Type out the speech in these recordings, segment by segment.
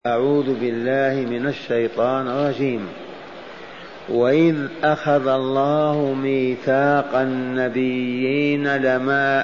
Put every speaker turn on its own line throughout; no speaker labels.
أعوذ بالله من الشيطان الرجيم. وإذ أخذ الله ميثاق النبيين لما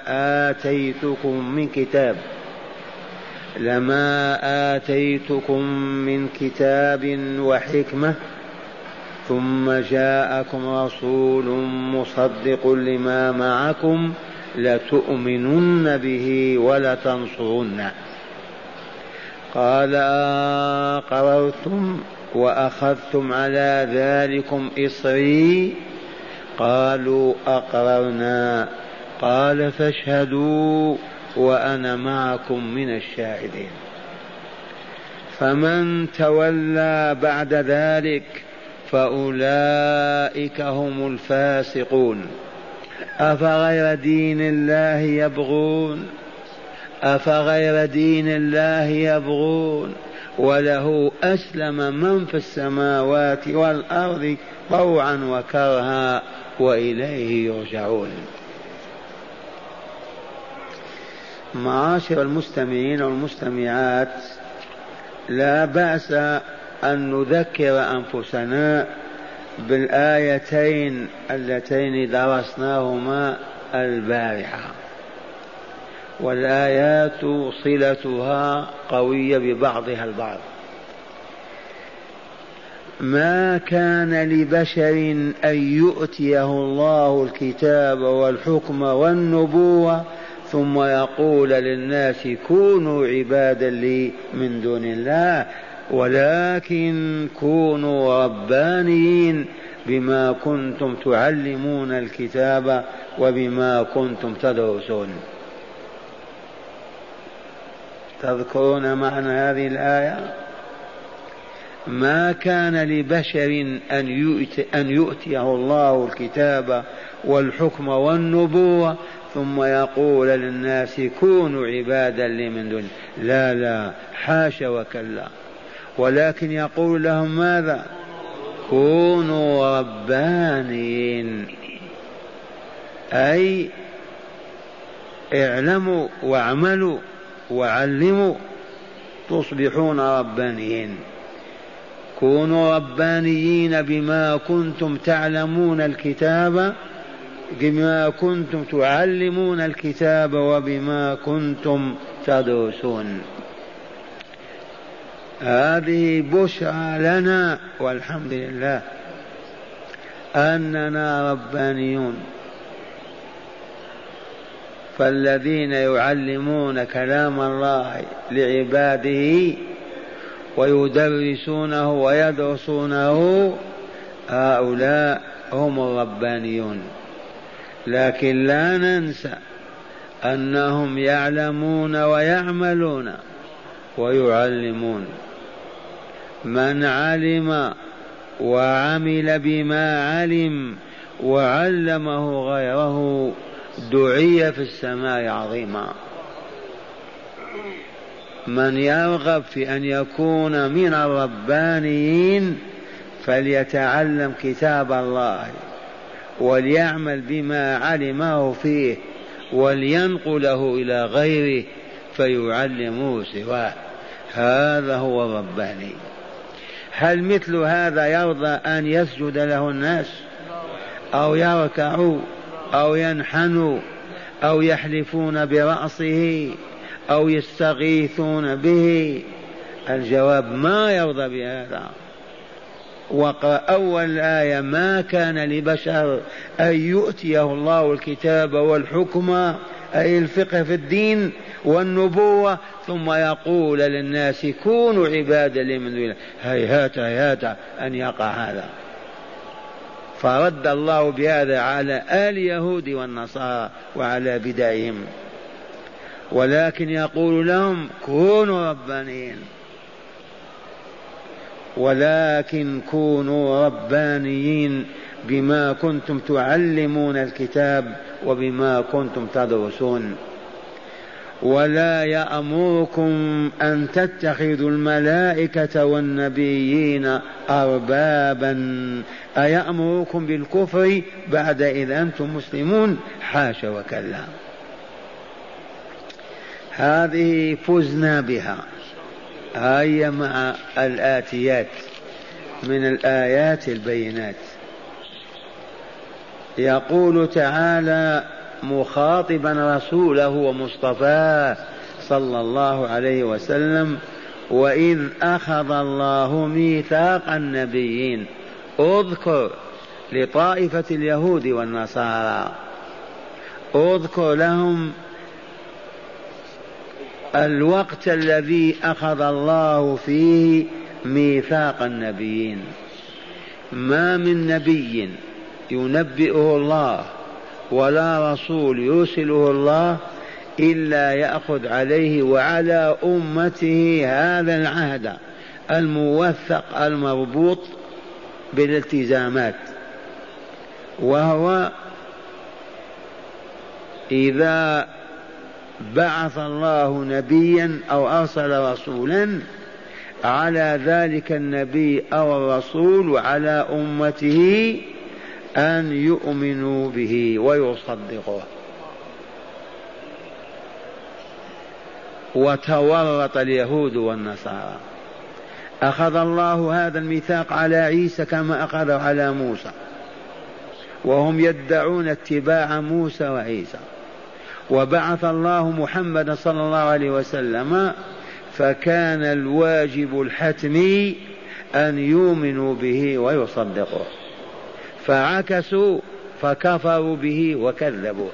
آتيتكم من كتاب وحكمة ثم جاءكم رسول مصدق لما معكم لتؤمنن به ولتنصرنه قال أقررتم وأخذتم على ذلكم إصري قالوا أقررنا قال فاشهدوا وأنا معكم من الشاهدين. فمن تولى بعد ذلك فأولئك هم الفاسقون. أفغير دين الله يبغون وله أسلم من في السماوات والأرض طوعا وكرها وإليه يرجعون. معاشر المستمعين والمستمعات، لا بأس أن نذكر أنفسنا بالآيتين اللتين درسناهما البارحة، والآيات صلتها قوية ببعضها البعض. ما كان لبشر أن يؤتيه الله الكتاب والحكم والنبوة ثم يقول للناس كونوا عبادا لي من دون الله، ولكن كونوا ربانيين بما كنتم تعلمون الكتاب وبما كنتم تدرسون. تذكرون معنى هذه الآية؟ ما كان لبشر أن يؤتيه الله الكتاب والحكم والنبوة ثم يقول للناس كونوا عبادا لي من دون، لا حاشا وكلا، ولكن يقول لهم ماذا؟ كونوا ربانيين، أي اعلموا واعملوا وعلموا تصبحون ربانيين. كونوا ربانيين بما كنتم تعلمون الكتاب، بما كنتم تعلمون الكتاب وبما كنتم تدرسون. هذه بشرى لنا والحمد لله أننا ربانيون. فالذين يعلمون كلام الله لعباده ويدرسونه ويدرسونه هؤلاء هم الربانيون. لكن لا ننسى أنهم يعلمون ويعملون ويعلمون. من علم وعمل بما علم وعلمه غيره دعي في السماء عظيما. من يرغب في أن يكون من الربانيين فليتعلم كتاب الله وليعمل بما علمه فيه ولينقله إلى غيره فيعلمه سواه. هذا هو الرباني. هل مثل هذا يرضى أن يسجد له الناس أو يركعوا أو ينحنوا أو يحلفون برأسه أو يستغيثون به؟ الجواب ما يرضى بهذا. وقرأ أول آية: ما كان لبشر أن يؤتيه الله الكتاب والحكم، أي الفقه في الدين والنبوة، ثم يقول للناس كونوا عبادا لي من دون الله. هيهات أن يقع هذا. فرد الله بهذا على اليهود والنصارى وعلى بدعهم، ولكن يقول لهم كونوا ربانيين، ولكن كونوا ربانيين بما كنتم تعلمون الكتاب وبما كنتم تدرسون. ولا يأمركم أن تتخذوا الملائكة والنبيين أربابا، أيأمركم بالكفر بعد إذ أنتم مسلمون؟ حاشا وكلا. هذه فزنا بها هيا مع الآتيات من الآيات البينات. يقول تعالى مخاطبا رسوله ومصطفاه صلى الله عليه وسلم: وإذ أخذ الله ميثاق النبيين. اذكر لطائفة اليهود والنصارى، اذكر لهم الوقت الذي أخذ الله فيه ميثاق النبيين. ما من نبي ينبئه الله ولا رسول يرسله الله إلا يأخذ عليه وعلى أمته هذا العهد الموثق المربوط بالالتزامات، وهو إذا بعث الله نبيا أو أرسل رسولا على ذلك النبي أو الرسول وعلى أمته أن يؤمنوا به ويصدقوه. وتورط اليهود والنصارى. أخذ الله هذا الميثاق على عيسى كما أخذه على موسى، وهم يدعون اتباع موسى وعيسى. وبعث الله محمد صلى الله عليه وسلم، فكان الواجب الحتمي أن يؤمنوا به ويصدقوه، فعكسوا فكفروا به وكذبوه.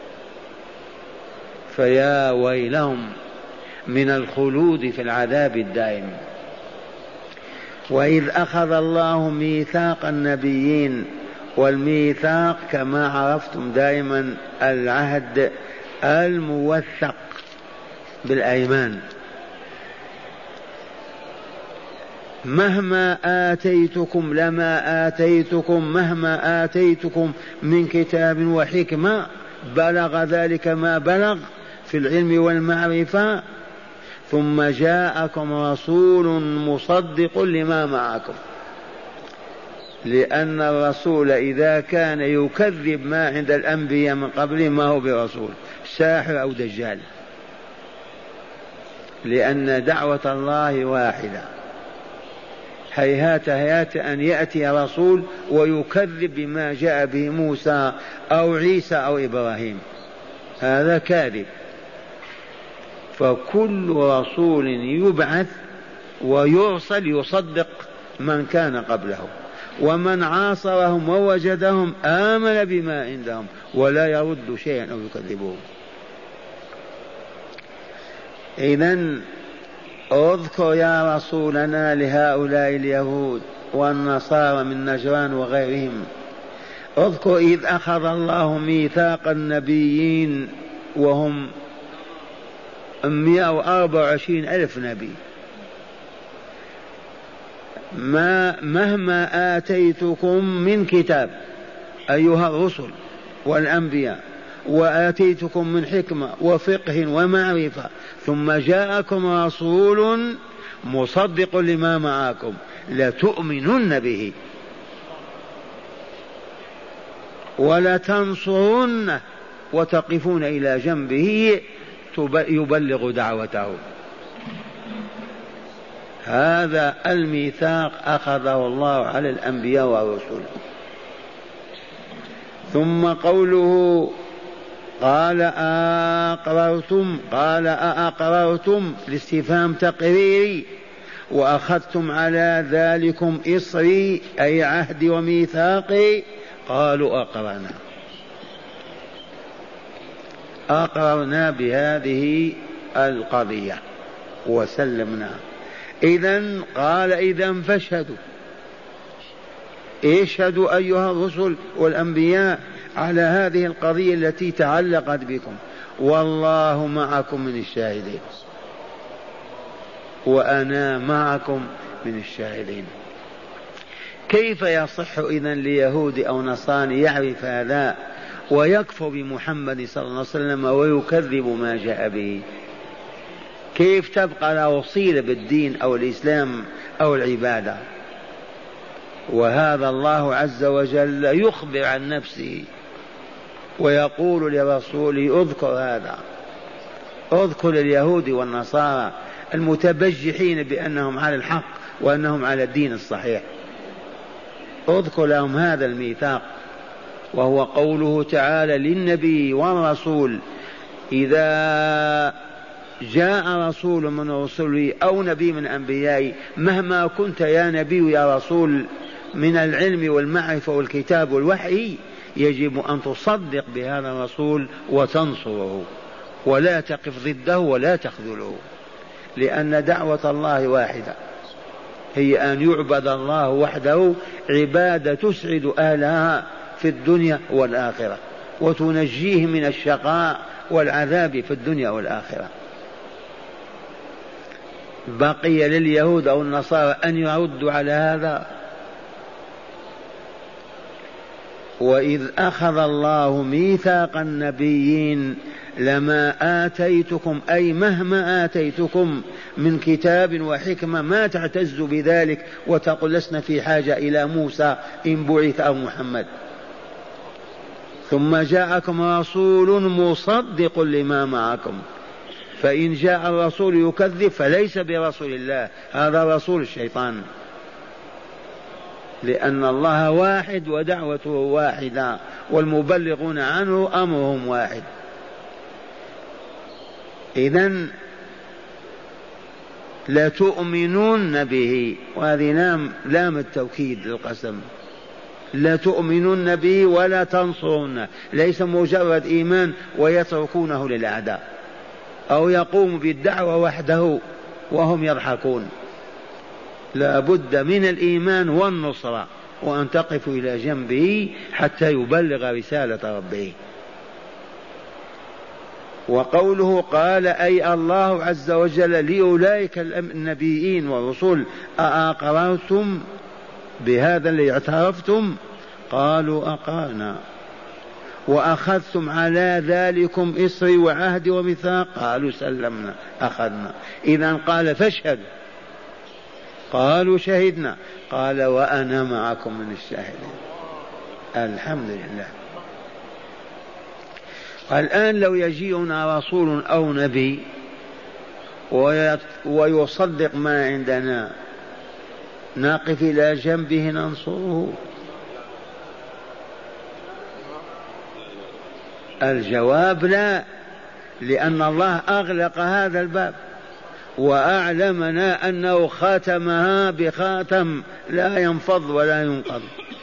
فيا ويلهم من الخلود في العذاب الدائم. وإذ أخذ الله ميثاق النبيين، والميثاق كما عرفتم دائما العهد الموثق بالأيمان. مهما آتيتكم من كتاب وحكمة بلغ ذلك ما بلغ في العلم والمعرفة، ثم جاءكم رسول مصدق لما معكم. لأن الرسول إذا كان يكذب ما عند الأنبياء من قبل ما هو برسول، ساحر أو دجال، لأن دعوة الله واحدة. هيهات هيهات أن يأتي رسول ويكذب بما جاء به موسى أو عيسى أو إبراهيم، هذا كاذب. فكل رسول يبعث ويرسل يصدق من كان قبله، ومن عاصرهم ووجدهم آمن بما عندهم ولا يرد شيئا أو يكذبه. إذن اذكر يا رسولنا لهؤلاء اليهود والنصارى من نجران وغيرهم، اذكر إذ أخذ الله ميثاق النبيين وهم 124,000 نبي. مهما آتيتكم من كتاب أيها الرسل والأنبياء، وآتيتكم من حكمة وفقه ومعرفة، ثم جاءكم رسول مصدق لما معكم لتؤمنن به ولتنصرنه وتقفون إلى جنبه يبلغ دعوته. هذا الميثاق أخذه الله على الأنبياء والرسل. ثم قوله قال أأقررتم لاستفهام تقريري وأخذتم على ذلكم إصري أي عهدي وميثاقي؟ قالوا أقررنا بهذه القضية وسلمنا. إذن قال إذن فاشهدوا، اشهدوا أيها الرسل والأنبياء على هذه القضية التي تعلقت بكم، والله معكم من الشاهدين وأنا معكم من الشاهدين. كيف يصح إذن ليهود أو نصارى يعرف هذا ويكفر بمحمد صلى الله عليه وسلم ويكذب ما جاء به؟ كيف تبقى له صلة بالدين أو الإسلام أو العبادة؟ وهذا الله عز وجل يخبر عن نفسه ويقول لرسوله اذكر هذا، اذكر اليهود والنصارى المتبجحين بأنهم على الحق وأنهم على الدين الصحيح. اذكر لهم هذا الميثاق، وهو قوله تعالى للنبي والرسول: إذا جاء رسول من رسله أو نبي من أنبيائي، مهما كنت يا نبي يا رسول من العلم والمعرفة والكتاب والوحي، يجب أن تصدق بهذا الرسول وتنصره ولا تقف ضده ولا تخذله، لأن دعوة الله واحدة، هي أن يعبد الله وحده عبادة تسعد أهلها في الدنيا والآخرة وتنجيه من الشقاء والعذاب في الدنيا والآخرة. بقي لليهود أو النصارى أن يردوا على هذا. وإذ أخذ الله ميثاق النبيين لما آتيتكم، أي مهما آتيتكم من كتاب وحكمة ما تعتز بذلك وتقول لسنا في حاجة إلى موسى إن بعث أو محمد. ثم جاءكم رسول مصدق لما معكم، فإن جاء الرسول يكذب فليس برسول الله، هذا رسول الشيطان، لأن الله واحد ودعوته واحدة والمبلغون عنه أمرهم واحد. إذن لتؤمنون به، وهذه لام التوكيد للقسم، لتؤمنون به ولا تنصرونه، ليس مجرد إيمان ويتركونه للأعداء أو يقوم بالدعوة وحده وهم يضحكون. لا بد من الإيمان والنصرة وأن تقفوا إلى جنبه حتى يبلغ رسالة ربه. وقوله قال أي الله عز وجل لأولئك النبيين والرسل: أأقررتم بهذا اللي اعترفتم؟ قالوا أقرنا. وأخذتم على ذلكم إصري وعهدي وميثاق؟ قالوا سلمنا أخذنا. إذن قال فاشهدوا، قالوا شهدنا، قال وأنا معكم من الشاهدين. الحمد لله. الآن لو يجيئنا رسول أو نبي ويصدق ما عندنا، نقف إلى جنبه ننصره؟ الجواب لا، لأن الله أغلق هذا الباب وأعلمنا أنه خاتمها بخاتم لا ينفض ولا ينقض.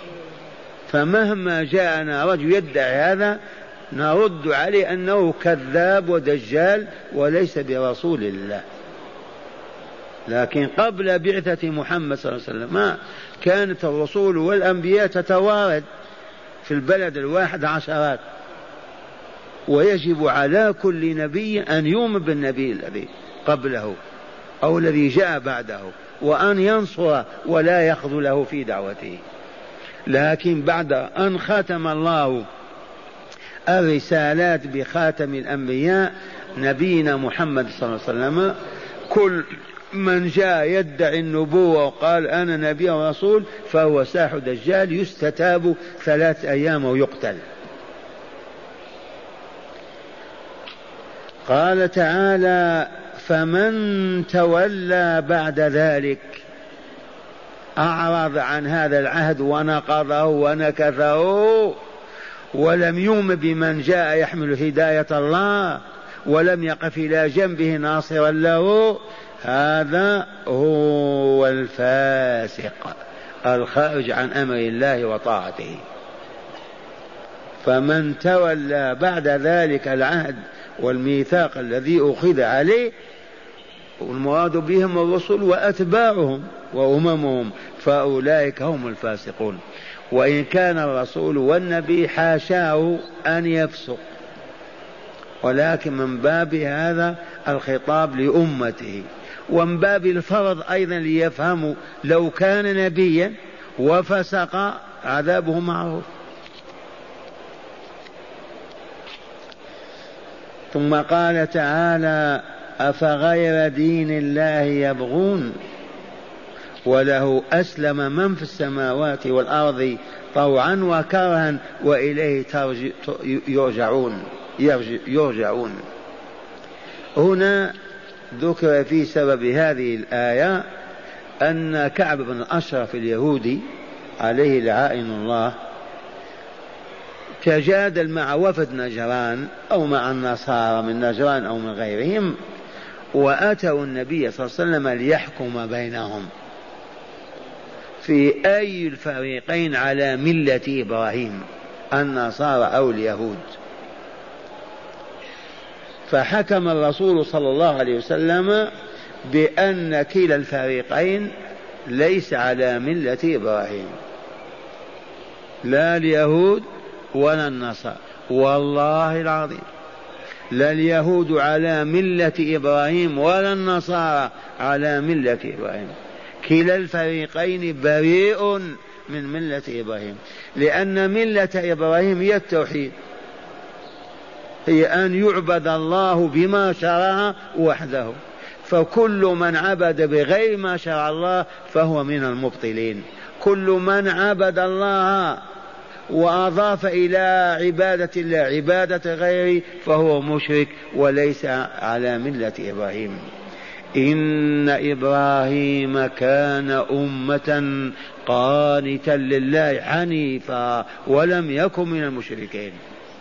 فمهما جاءنا رجل يدعي هذا نرد عليه أنه كذاب ودجال وليس برسول الله. لكن قبل بعثة محمد صلى الله عليه وسلم ما كانت الرسول والأنبياء تتوارد في البلد الواحد عشرات، ويجب على كل نبي أن يؤمن بالنبي الذي قبله أو الذي جاء بعده وأن ينصر ولا يخذله في دعوته. لكن بعد أن ختم الله الرسالات بخاتم الأنبياء نبينا محمد صلى الله عليه وسلم، كل من جاء يدعي النبوة وقال أنا نبي ورسول فهو ساح دجال يستتاب 3 أيام ويقتل. قال تعالى: فمن تولى بعد ذلك، أعرض عن هذا العهد ونقضه ونكثه ولم يؤمن بمن جاء يحمل هداية الله ولم يقف إلى جنبه ناصرا له، هذا هو الفاسق الخارج عن أمر الله وطاعته. فمن تولى بعد ذلك العهد والميثاق الذي أخذ عليه، والمراد بهم الرسل وأتباعهم وأممهم، فأولئك هم الفاسقون. وإن كان الرسول والنبي حاشاه أن يفسق، ولكن من باب هذا الخطاب لأمته، ومن باب الفرض أيضا ليفهموا لو كان نبيا وفسق عذابه معروف. ثم قال تعالى: أفغير دين الله يبغون وله أسلم من في السماوات والأرض طوعا وكرها وإليه يرجعون. هنا ذكر في سبب هذه الآية أن كعب بن الأشرف اليهودي عليه لعائن الله تجادل مع وفد نجران أو مع النصارى من نجران أو من غيرهم، وأتوا النبي صلى الله عليه وسلم ليحكم بينهم في أي الفريقين على ملة إبراهيم، النصارى أو اليهود. فحكم الرسول صلى الله عليه وسلم بأن كلا الفريقين ليس على ملة إبراهيم، لا اليهود ولا النصارى، والله العظيم لا اليهود على ملة إبراهيم ولا النصارى على ملة إبراهيم، كلا الفريقين بريء من ملة إبراهيم، لأن ملة إبراهيم هي التوحيد، هي أن يعبد الله بما شرع وحده، فكل من عبد بغير ما شرع الله فهو من المبطلين، كل من عبد الله وأضاف إلى عبادة الله عبادة غيره فهو مشرك وليس على ملة إبراهيم. إن إبراهيم كان أمة قانتا لله حنيفا ولم يكن من المشركين.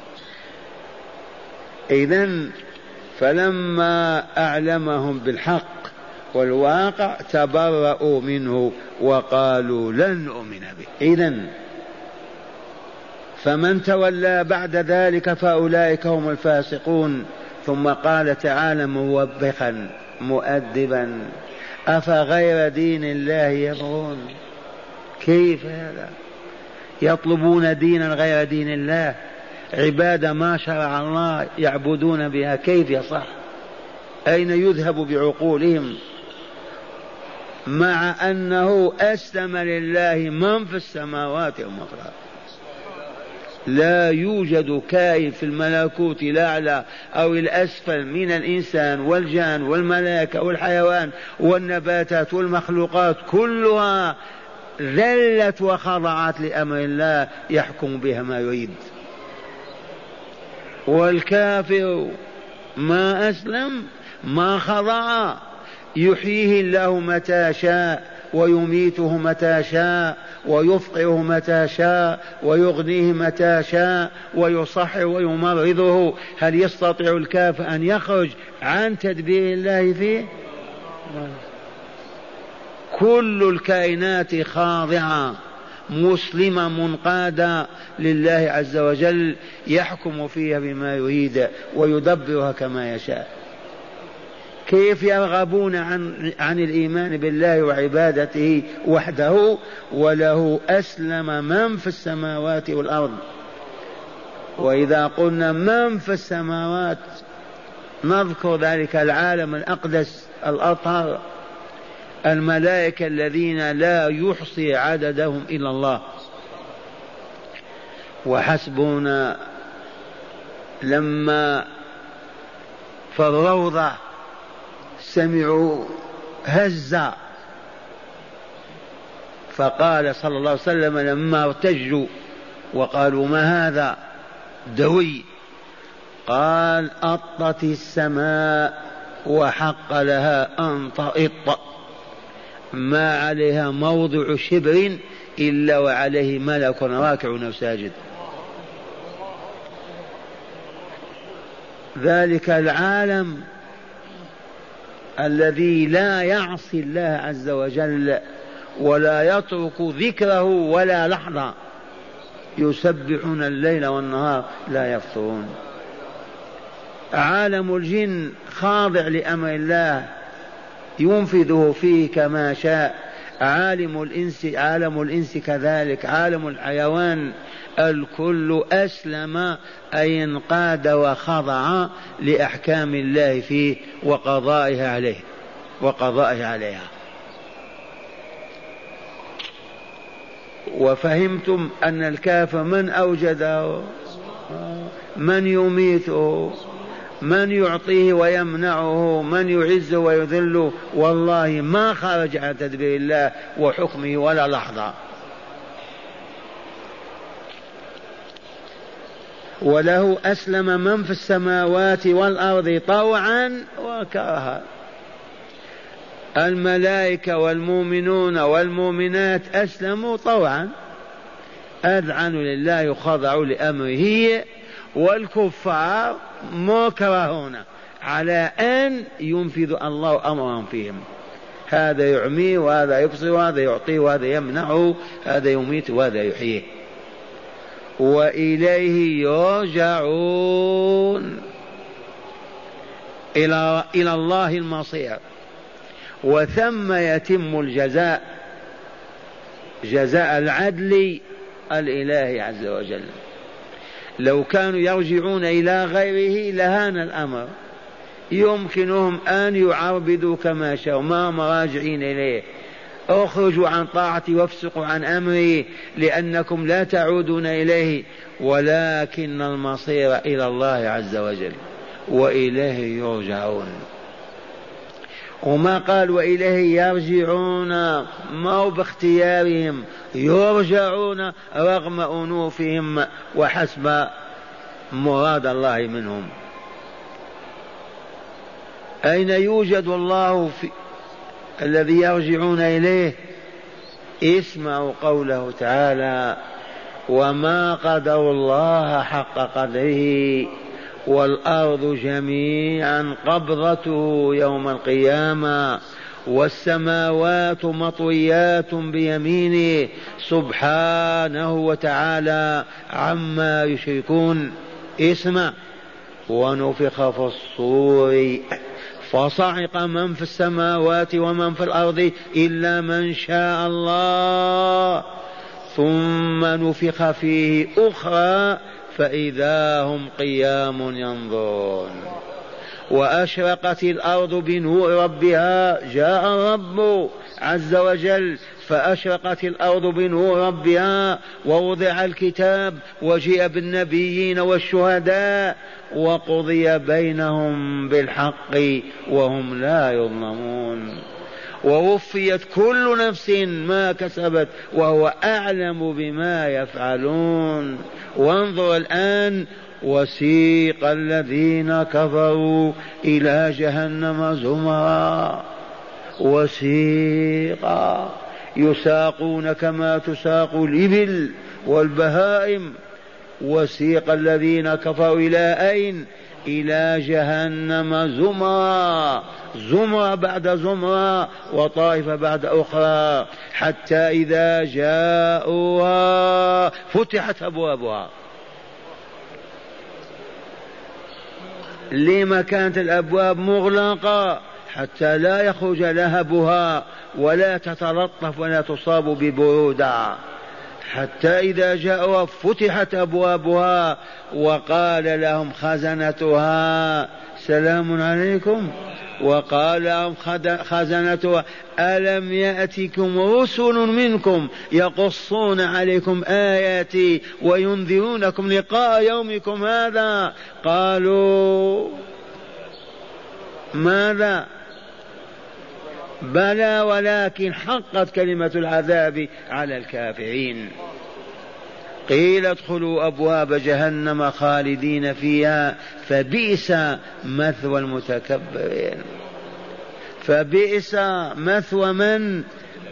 إذن فلما أعلمهم بالحق والواقع تبرؤوا منه وقالوا لن نؤمن به. إذن فمن تولى بعد ذلك فأولئك هم الفاسقون. ثم قال تعالى موبخا مؤدبا أفغير دين الله يبغون. كيف هذا؟ يطلبون دينا غير دين الله، عبادة ما شرع الله يعبدون بها، كيف يصح؟ أين يذهب بعقولهم؟ مع أنه أسلم لله من في السماوات ومن في الأرض، لا يوجد كائن في الملكوت الأعلى أو الأسفل من الإنسان والجان والملائكة والحيوان والنباتات والمخلوقات كلها ذلت وخضعت لأمر الله يحكم بها ما يريد. والكافر ما أسلم ما خضع، يحييه الله متى شاء ويميته متى شاء ويفقره متى شاء ويغنيه متى شاء ويصحر ويمرضه. هل يستطيع الكافر أن يخرج عن تدبير الله فيه؟ كل الكائنات خاضعة مسلمة منقادة لله عز وجل، يحكم فيها بما يريد ويدبرها كما يشاء. كيف يرغبون عن الإيمان بالله وعبادته وحده وله أسلم من في السماوات والأرض؟ وإذا قلنا من في السماوات نذكر ذلك العالم الأقدس الأطهر، الملائكة الذين لا يحصي عددهم إلا الله. وحسبنا لما في الروضة سمعوا هزة، فقال صلى الله عليه وسلم لما ارتجوا وقالوا ما هذا دوي، قال أطت السماء وحق لها أن تطأ، ما عليها موضع شبر إلا وعليه ملك راكع وساجد. ذلك العالم الذي لا يعصي الله عز وجل ولا يترك ذكره ولا لحظة، يسبحون الليل والنهار لا يفطرون. عالم الجن خاضع لأمر الله ينفذه فيه كما شاء، عالم الإنس كذلك، عالم الحيوان، الكل أسلم أي انقاد وخضع لأحكام الله فيه وقضائها عليها. وفهمتم أن الكافر من أوجده، من يميته، من يعطيه ويمنعه، من يعزه ويذله، والله ما خرج عن تدبير الله وحكمه ولا لحظة. وله أسلم من في السماوات والأرض طوعا وكرها، الملائكة والمؤمنون والمؤمنات أسلموا طوعا، أذعنوا لله يخضعوا لأمره، والكفار مكرهون على أن ينفذ الله أمرهم فيهم. هذا يعمي وهذا يبصر وهذا يعطي وهذا يمنعه، هذا يميت وهذا يحييه، وإليه يرجعون، إلى الله المصير، وثم يتم الجزاء، جزاء العدل الإلهي عز وجل. لو كانوا يرجعون إلى غيره لهان الأمر، يمكنهم أن يعربدوا كما شاءوا، ما هم راجعين إليه. اخرجوا عن طاعتي وافسقوا عن أمري لأنكم لا تعودون إليه، ولكن المصير إلى الله عز وجل، وإليه يرجعون. وما قال وإليه يرجعون، ما هو باختيارهم، يرجعون رغم أنوفهم وحسب مراد الله منهم. أين يوجد الله الذي يرجعون إليه؟ اسمعوا قوله تعالى: وما قدروا الله حق قدره والأرض جميعا قبضته يوم القيامة والسماوات مطويات بيمينه سبحانه وتعالى عما يشركون. اسمع: ونفخ في الصور فصعق من في السماوات ومن في الأرض إلا من شاء الله ثم نفخ فيه أخرى فإذا هم قيام ينظرون. وأشرقت الأرض بنور ربها، جاء الرب عز وجل فأشرقت الأرض بنور ربها، ووضع الكتاب وجيء بالنبيين والشهداء وقضي بينهم بالحق وهم لا يظلمون. ووفيت كل نفس ما كسبت وهو أعلم بما يفعلون. وانظر الآن: وسيق الذين كفروا إلى جهنم زمرا، وسيقا يساقون كما تساق الإبل والبهائم. وسيق الذين كفروا إلى أين؟ إلى جهنم زمرا، زمرة بعد زمرة وطائفة بعد أخرى، حتى إذا جاءوها فتحت أبوابها. لما كانت الأبواب مغلقة؟ حتى لا يخرج لهبها ولا تتلطف ولا تصاب ببرودة. حتى إذا جاءوا فتحت أبوابها وقال لهم خزنتها سلام عليكم، وقال لهم خزنتها ألم يأتكم رسل منكم يقصون عليكم آياتي وينذرونكم لقاء يومكم هذا؟ قالوا ماذا؟ بلى ولكن حقت كلمة العذاب على الكافرين. قيل ادخلوا أبواب جهنم خالدين فيها فبئس مثوى المتكبرين. فبئس مثوى من؟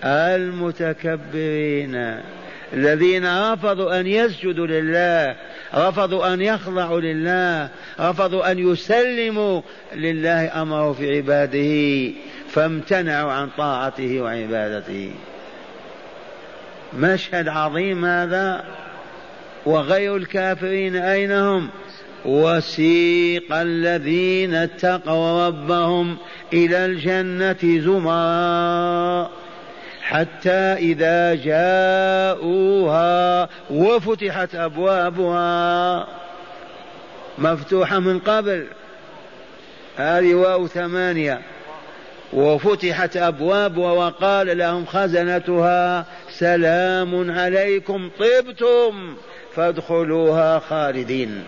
المتكبرين الذين رفضوا أن يسجدوا لله، رفضوا أن يخضعوا لله، رفضوا أن يسلموا لله أمره في عباده، فامتنعوا عن طاعته وعبادته. مشهد عظيم هذا. وغير الكافرين أين هم؟ وسيق الذين اتقوا ربهم إلى الجنة زمرا حتى إذا جاءوها وفتحت أبوابها، مفتوحة من قبل، هذه واو 8، وفتحت أبوابها وقال لهم خزنتها سلام عليكم طبتم فادخلوها خالدين.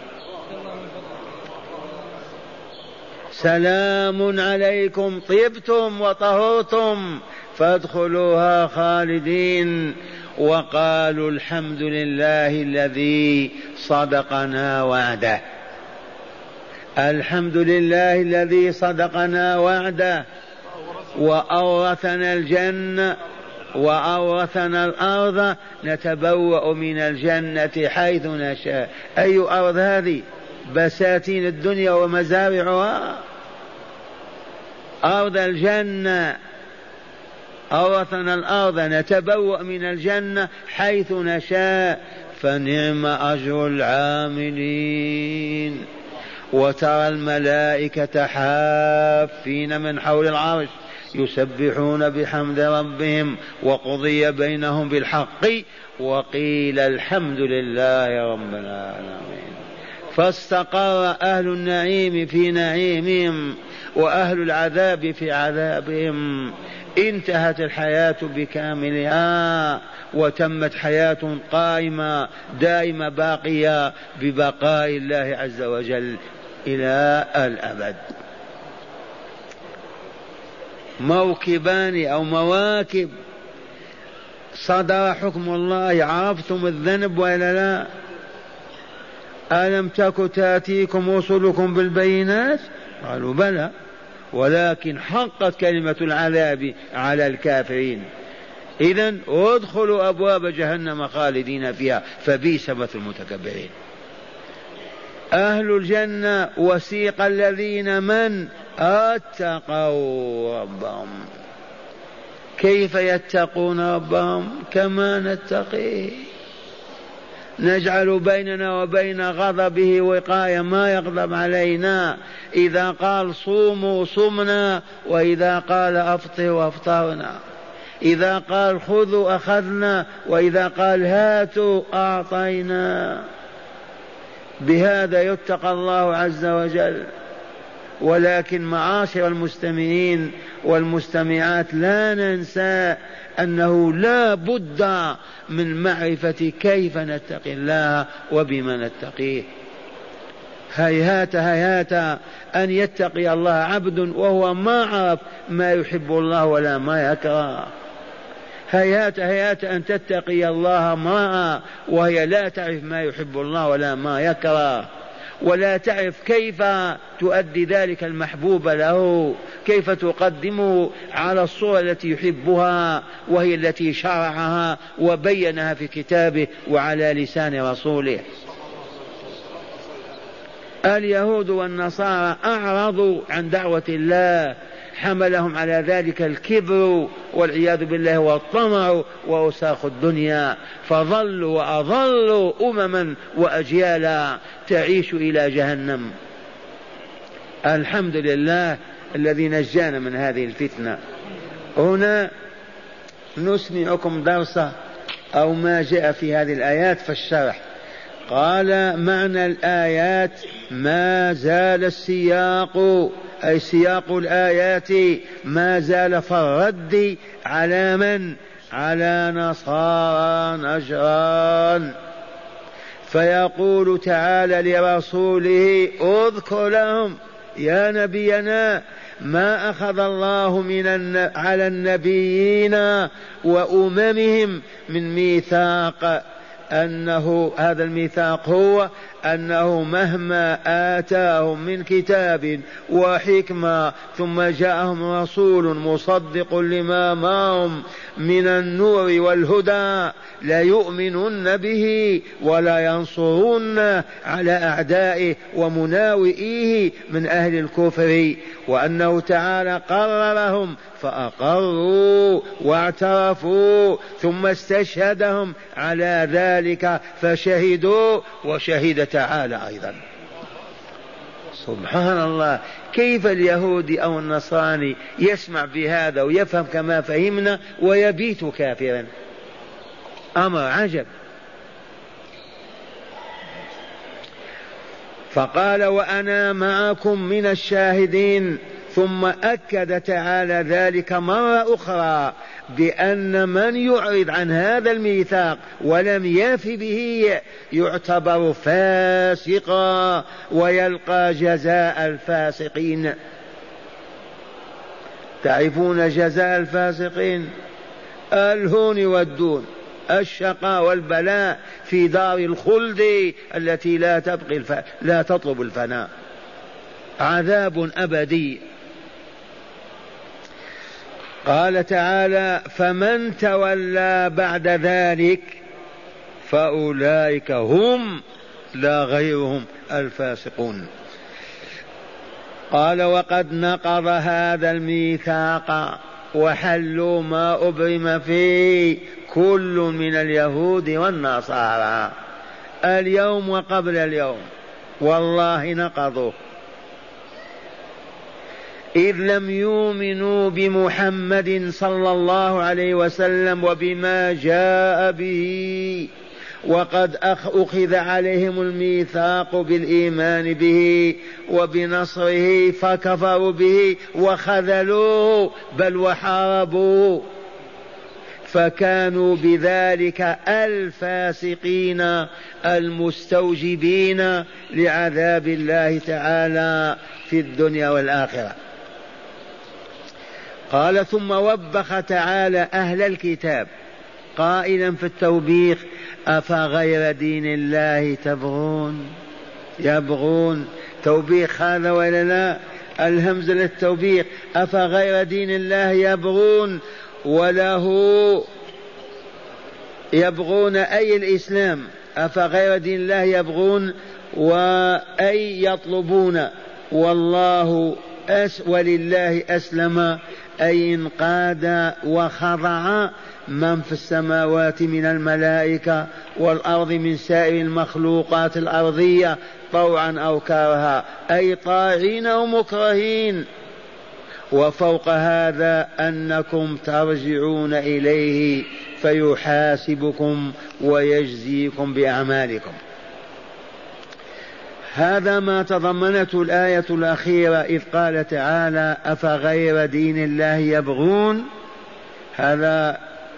سلام عليكم طبتم وطهرتم فادخلوها خالدين. وقالوا الحمد لله الذي صدقنا وعده، الحمد لله الذي صدقنا وعده وأورثنا الجنة وأورثنا الأرض نتبوأ من الجنة حيث نشاء. أي أرض هذه؟ بساتين الدنيا ومزارعها. أرض الجنة. أورثنا الأرض نتبوأ من الجنة حيث نشاء فنعم أجر العاملين. وترى الملائكة حافين من حول العرش يسبحون بحمد ربهم وقضي بينهم بالحق وقيل الحمد لله رب العالمين. فاستقر أهل النعيم في نعيمهم وأهل العذاب في عذابهم. انتهت الحياة بكاملها وتمت حياة قائمة دائمة باقية ببقاء الله عز وجل إلى الأبد. موكبان أو مواكب. صدر حكم الله، عرفتم الذنب ولا لا؟ ألم تك تأتيكم رسلكم بالبينات؟ قالوا بلى ولكن حقت كلمة العذاب على الكافرين. إذن ادخلوا أبواب جهنم خالدين فيها فبئس مثل المتكبرين. أهل الجنة وسيق الذين من اتقوا ربهم. كيف يتقون ربهم؟ كما نتقيه. نجعل بيننا وبين غضبه وقاية ما يغضب علينا. إذا قال صوموا صمنا وإذا قال أفطروا أفطرنا. إذا قال خذوا أخذنا وإذا قال هاتوا أعطينا. بهذا يتقى الله عز وجل. ولكن معاشر المستمعين والمستمعات لا ننسى أنه لا بد من معرفة كيف نتقي الله وبما نتقيه. هيهات هيهات أن يتقي الله عبد وهو ما عرف ما يحب الله ولا ما يكره. هيهات هيهات أن تتقي الله امرأة وهي لا تعرف ما يحب الله ولا ما يكره، ولا تعرف كيف تؤدي ذلك المحبوب له، كيف تقدمه على الصورة التي يحبها وهي التي شرعها وبينها في كتابه وعلى لسان رسوله. اليهود والنصارى أعرضوا عن دعوة الله، حملهم على ذلك الكبر والعياذ بالله والطمع وأوساخ الدنيا، فظلوا وأظلوا أمما وأجيالا تعيش إلى جهنم. الحمد لله الذي نجانا من هذه الفتنة. هنا نسمعكم درسا أو ما جاء في هذه الآيات في الشرح. قال معنى الآيات ما زال السياق، أي سياق الآيات ما زال في الرد على من؟ على نصارى نجران. فيقول تعالى لرسوله اذكر لهم يا نبينا ما أخذ الله على النبيين وأممهم من ميثاق، أنه هذا الميثاق هو أنه مهما آتاهم من كتاب وحكمة ثم جاءهم رسول مصدق لما معهم من النور والهدى ليؤمنن به ولا ينصرن على أعدائه ومناوئيه من أهل الكفر، وأنه تعالى قررهم فأقروا واعترفوا ثم استشهدهم على ذلك فشهدوا وشهد تعالى أيضا. سبحان الله، كيف اليهودي أو النصراني يسمع بهذا ويفهم كما فهمنا ويبيت كافرا؟ أمر عجب. فقال وأنا معكم من الشاهدين، ثم أكد تعالى ذلك مرة أخرى بأن من يعرض عن هذا الميثاق ولم يف به يعتبر فاسقا ويلقى جزاء الفاسقين. تعرفون جزاء الفاسقين؟ الهون والدون، الشقاء والبلاء في دار الخلد التي لا تطلب الفناء، عذاب أبدي. قال تعالى فمن تولى بعد ذلك فأولئك هم لا غيرهم الفاسقون. قال وقد نقض هذا الميثاق وحلوا ما أبرم فيه كل من اليهود والنصارى اليوم وقبل اليوم، والله نقضوا، إذ لم يؤمنوا بمحمد صلى الله عليه وسلم وبما جاء به، وقد أخذ عليهم الميثاق بالإيمان به وبنصره فكفروا به وخذلوه بل وحاربوه، فكانوا بذلك الفاسقين المستوجبين لعذاب الله تعالى في الدنيا والآخرة. قال ثم وبخ تعالى أهل الكتاب قائلا في التوبيخ أفغير دين الله تبغون، يبغون توبيخ هذا ولا لا؟ الهمزة للتوبيخ، أفغير دين الله يبغون، وله يبغون أي الإسلام، أفغير دين الله يبغون وأي يطلبون، والله ولله أسلم أي انقاد وخضع من في السماوات من الملائكة والأرض من سائر المخلوقات الأرضية طوعا أو كرها، أي طاعين أو مكرهين. وفوق هذا أنكم ترجعون إليه فيحاسبكم ويجزيكم بأعمالكم. هذا ما تضمنته الآية الأخيرة إذ قال تعالى أفغير دين الله يبغون. هذا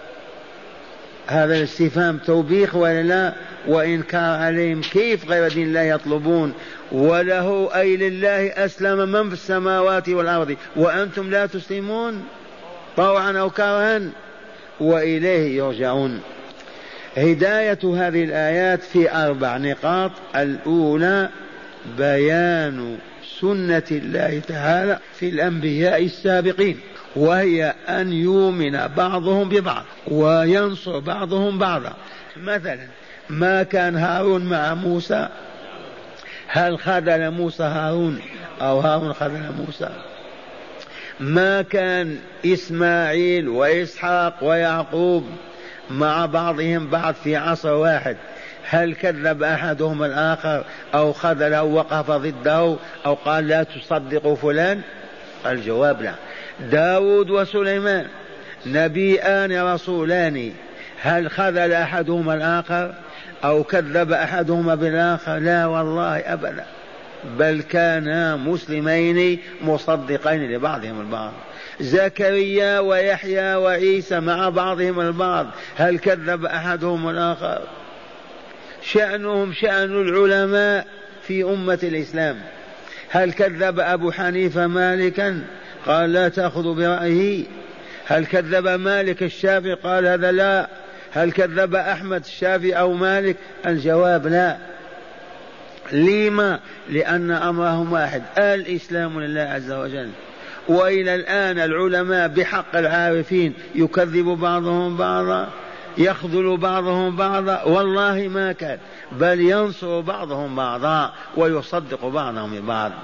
الاستفهام توبيخ ولا لا؟ وإنكار عليهم، كيف غير دين الله يطلبون؟ وله أي لله أسلم من في السماوات والأرض وأنتم لا تسلمون طوعا أو كرها، وإليه يرجعون. هداية هذه الآيات في 4 نقاط. الأولى بيان سنة الله تعالى في الأنبياء السابقين، وهي أن يؤمن بعضهم ببعض وينصر بعضهم بعضا. مثلا ما كان هارون مع موسى، هل خذل موسى هارون أو هارون خذل موسى؟ ما كان إسماعيل وإسحاق ويعقوب مع بعضهم بعض في عصر واحد، هل كذب أحدهم الآخر أو خذله وقف ضده أو قال لا تصدقوا فلان؟ الجواب لا. داود وسليمان نبيان رسولان، هل خذل أحدهما الآخر أو كذب أحدهما بالآخر؟ لا والله أبدا، بل كانا مسلمين مصدقين لبعضهم البعض. زكريا ويحيى وعيسى مع بعضهم البعض، هل كذب أحدهم الآخر؟ شأنهم شأن العلماء في أمة الإسلام. هل كذب أبو حنيفة مالكا قال لا تأخذ برأيه؟ هل كذب مالك الشافعي قال هذا لا؟ هل كذب أحمد الشافعي أو مالك؟ الجواب لا. لما؟ لأن أمرهم واحد، الإسلام لله عز وجل. وإلى الآن العلماء بحق العارفين يكذب بعضهم بعضا، يخذل بعضهم بعضا، والله ما كان، بل ينصر بعضهم بعضا ويصدق بعضهم ببعض.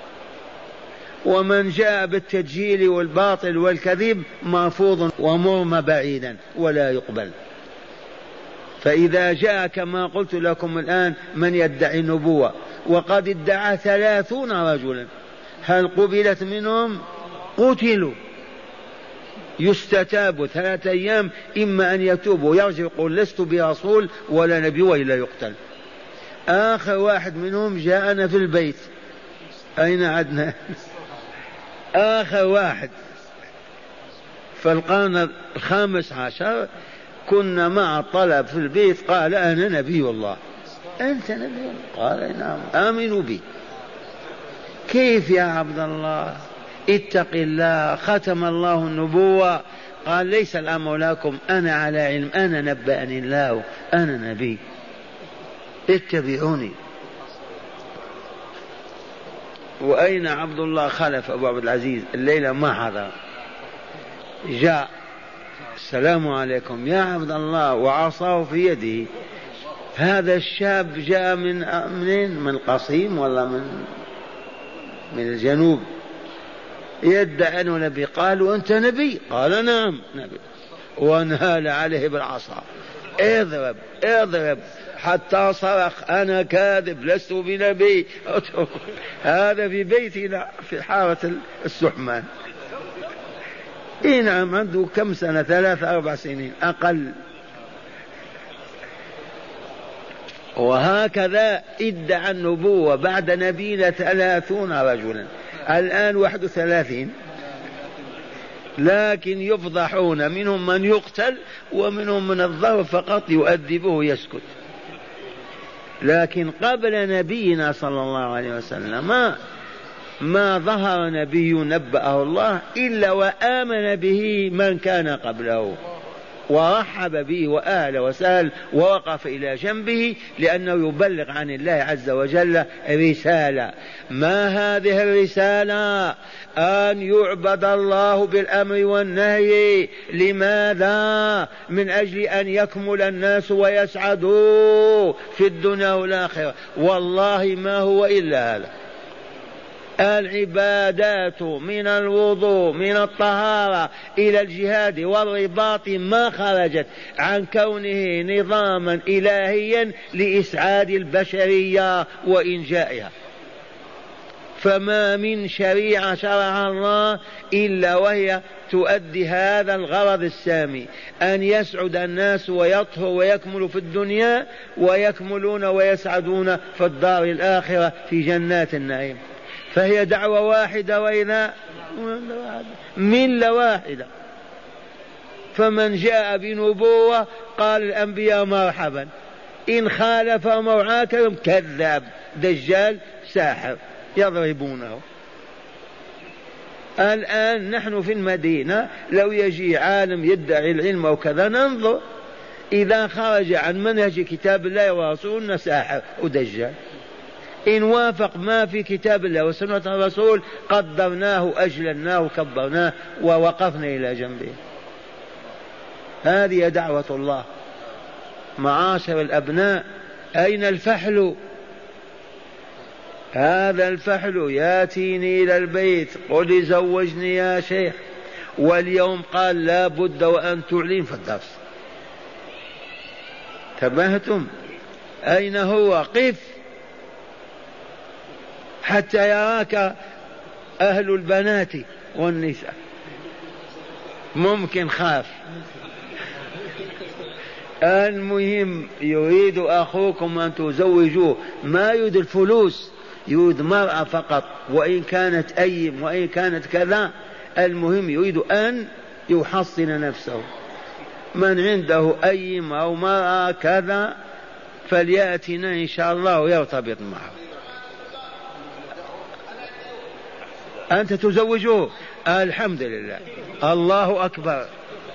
ومن جاء بالتجهيل والباطل والكذب مرفوض ومرمى بعيدا ولا يقبل. فإذا جاء كما قلت لكم الآن من يدعي النبوة وقد ادعى 30 رجلا، هل قبلت منهم؟ قتلوا. يستتاب 3 أيام، إما أن يتوبوا يرجع يقول لست برسول ولا نبي وإلا يقتل. آخر واحد منهم جاءنا في البيت، أين عدنا؟ آخر واحد في القرن 15 كنا مع الطلب في البيت، قال أنا نبي الله. أنت نبي الله؟ قال نعم. آمنوا بي. كيف يا عبد الله؟ اتق الله، ختم الله النبوة، قال ليس الأمر لكم، أنا على علم، أنا نبأني الله، أنا نبي، اتبعوني. وأين عبد الله خلف أبو عبد العزيز؟ الليلة ما حضر. جاء السلام عليكم يا عبد الله وعصاه في يده. هذا الشاب جاء من قصيم ولا من الجنوب، يدعي أنه نبي. قالوا أنت نبي؟ قال نعم نبي. ونهال عليه بالعصا، اضرب اضرب حتى صرخ أنا كاذب لست بنبي. هذا في بيتنا في حارة السحمان. إيه نعم، عنده كم سنة؟ 3 4 سنين أقل. وهكذا ادعى النبوة بعد نبينا 30 رجلا، الآن 31، لكن يفضحون، منهم من يقتل ومنهم من الضرب فقط يؤدبه يسكت. لكن قبل نبينا صلى الله عليه وسلم ما ظهر نبي نبأه الله إلا وآمن به من كان قبله ورحب به وأهل وسهل ووقف إلى جنبه، لأنه يبلغ عن الله عز وجل رسالة. ما هذه الرسالة؟ أن يعبد الله بالأمر والنهي. لماذا؟ من أجل أن يكمل الناس ويسعدوا في الدنيا والآخرة. والله ما هو إلا هذا. العبادات من الوضوء من الطهارة إلى الجهاد والرباط ما خرجت عن كونه نظاما إلهيا لإسعاد البشرية وإنجائها. فما من شريعة شرعها الله إلا وهي تؤدي هذا الغرض السامي، أن يسعد الناس ويطهر ويكملوا في الدنيا ويكملون ويسعدون في الدار الآخرة في جنات النعيم. فهي دعوة واحدة وإذا ملة واحدة. فمن جاء بنبوة قال الأنبياء مرحبا، إن خالف موعاكم كذاب دجال ساحر يضربونه. الآن نحن في المدينة لو يجي عالم يدعي العلم وكذا ننظر، إذا خرج عن منهج كتاب الله ورسوله ساحر ودجال. إن وافق ما في كتاب الله وسنة الرسول قدرناه أجلناه وكبرناه ووقفنا إلى جنبه. هذه دعوة الله. معاشر الأبناء، أين الفحل؟ هذا الفحل ياتيني إلى البيت قل زوجني يا شيخ، واليوم قال لا بد وأن تعلن في الدرس. تبهتم؟ أين هو؟ قف حتى يراك أهل البنات والنساء. ممكن خاف. المهم يريد أخوكم أن تزوجوه، ما يريد الفلوس، يريد مرأة فقط، وإن كانت أيم وإن كانت كذا، المهم يريد أن يحصن نفسه. من عنده أيم أو مرأة كذا فليأتنا إن شاء الله ويرتبط معه. أنت تزوجه؟ الحمد لله، الله أكبر،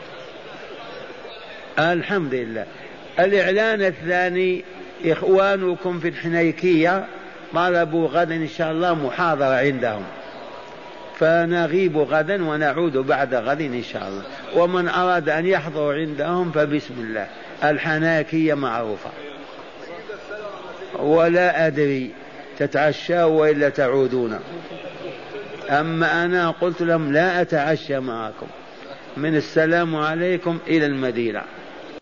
الحمد لله. الإعلان الثاني، إخوانكم في الحنيكية طلبوا غدا إن شاء الله محاضرة عندهم، فنغيب غدا ونعود بعد غد إن شاء الله. ومن أراد أن يحضر عندهم فبسم الله. الحناكية معروفة، ولا أدري تتعشى وإلا تعودون. أما أنا قلت لهم لا أتعشى معكم، من السلام عليكم إلى المدينة.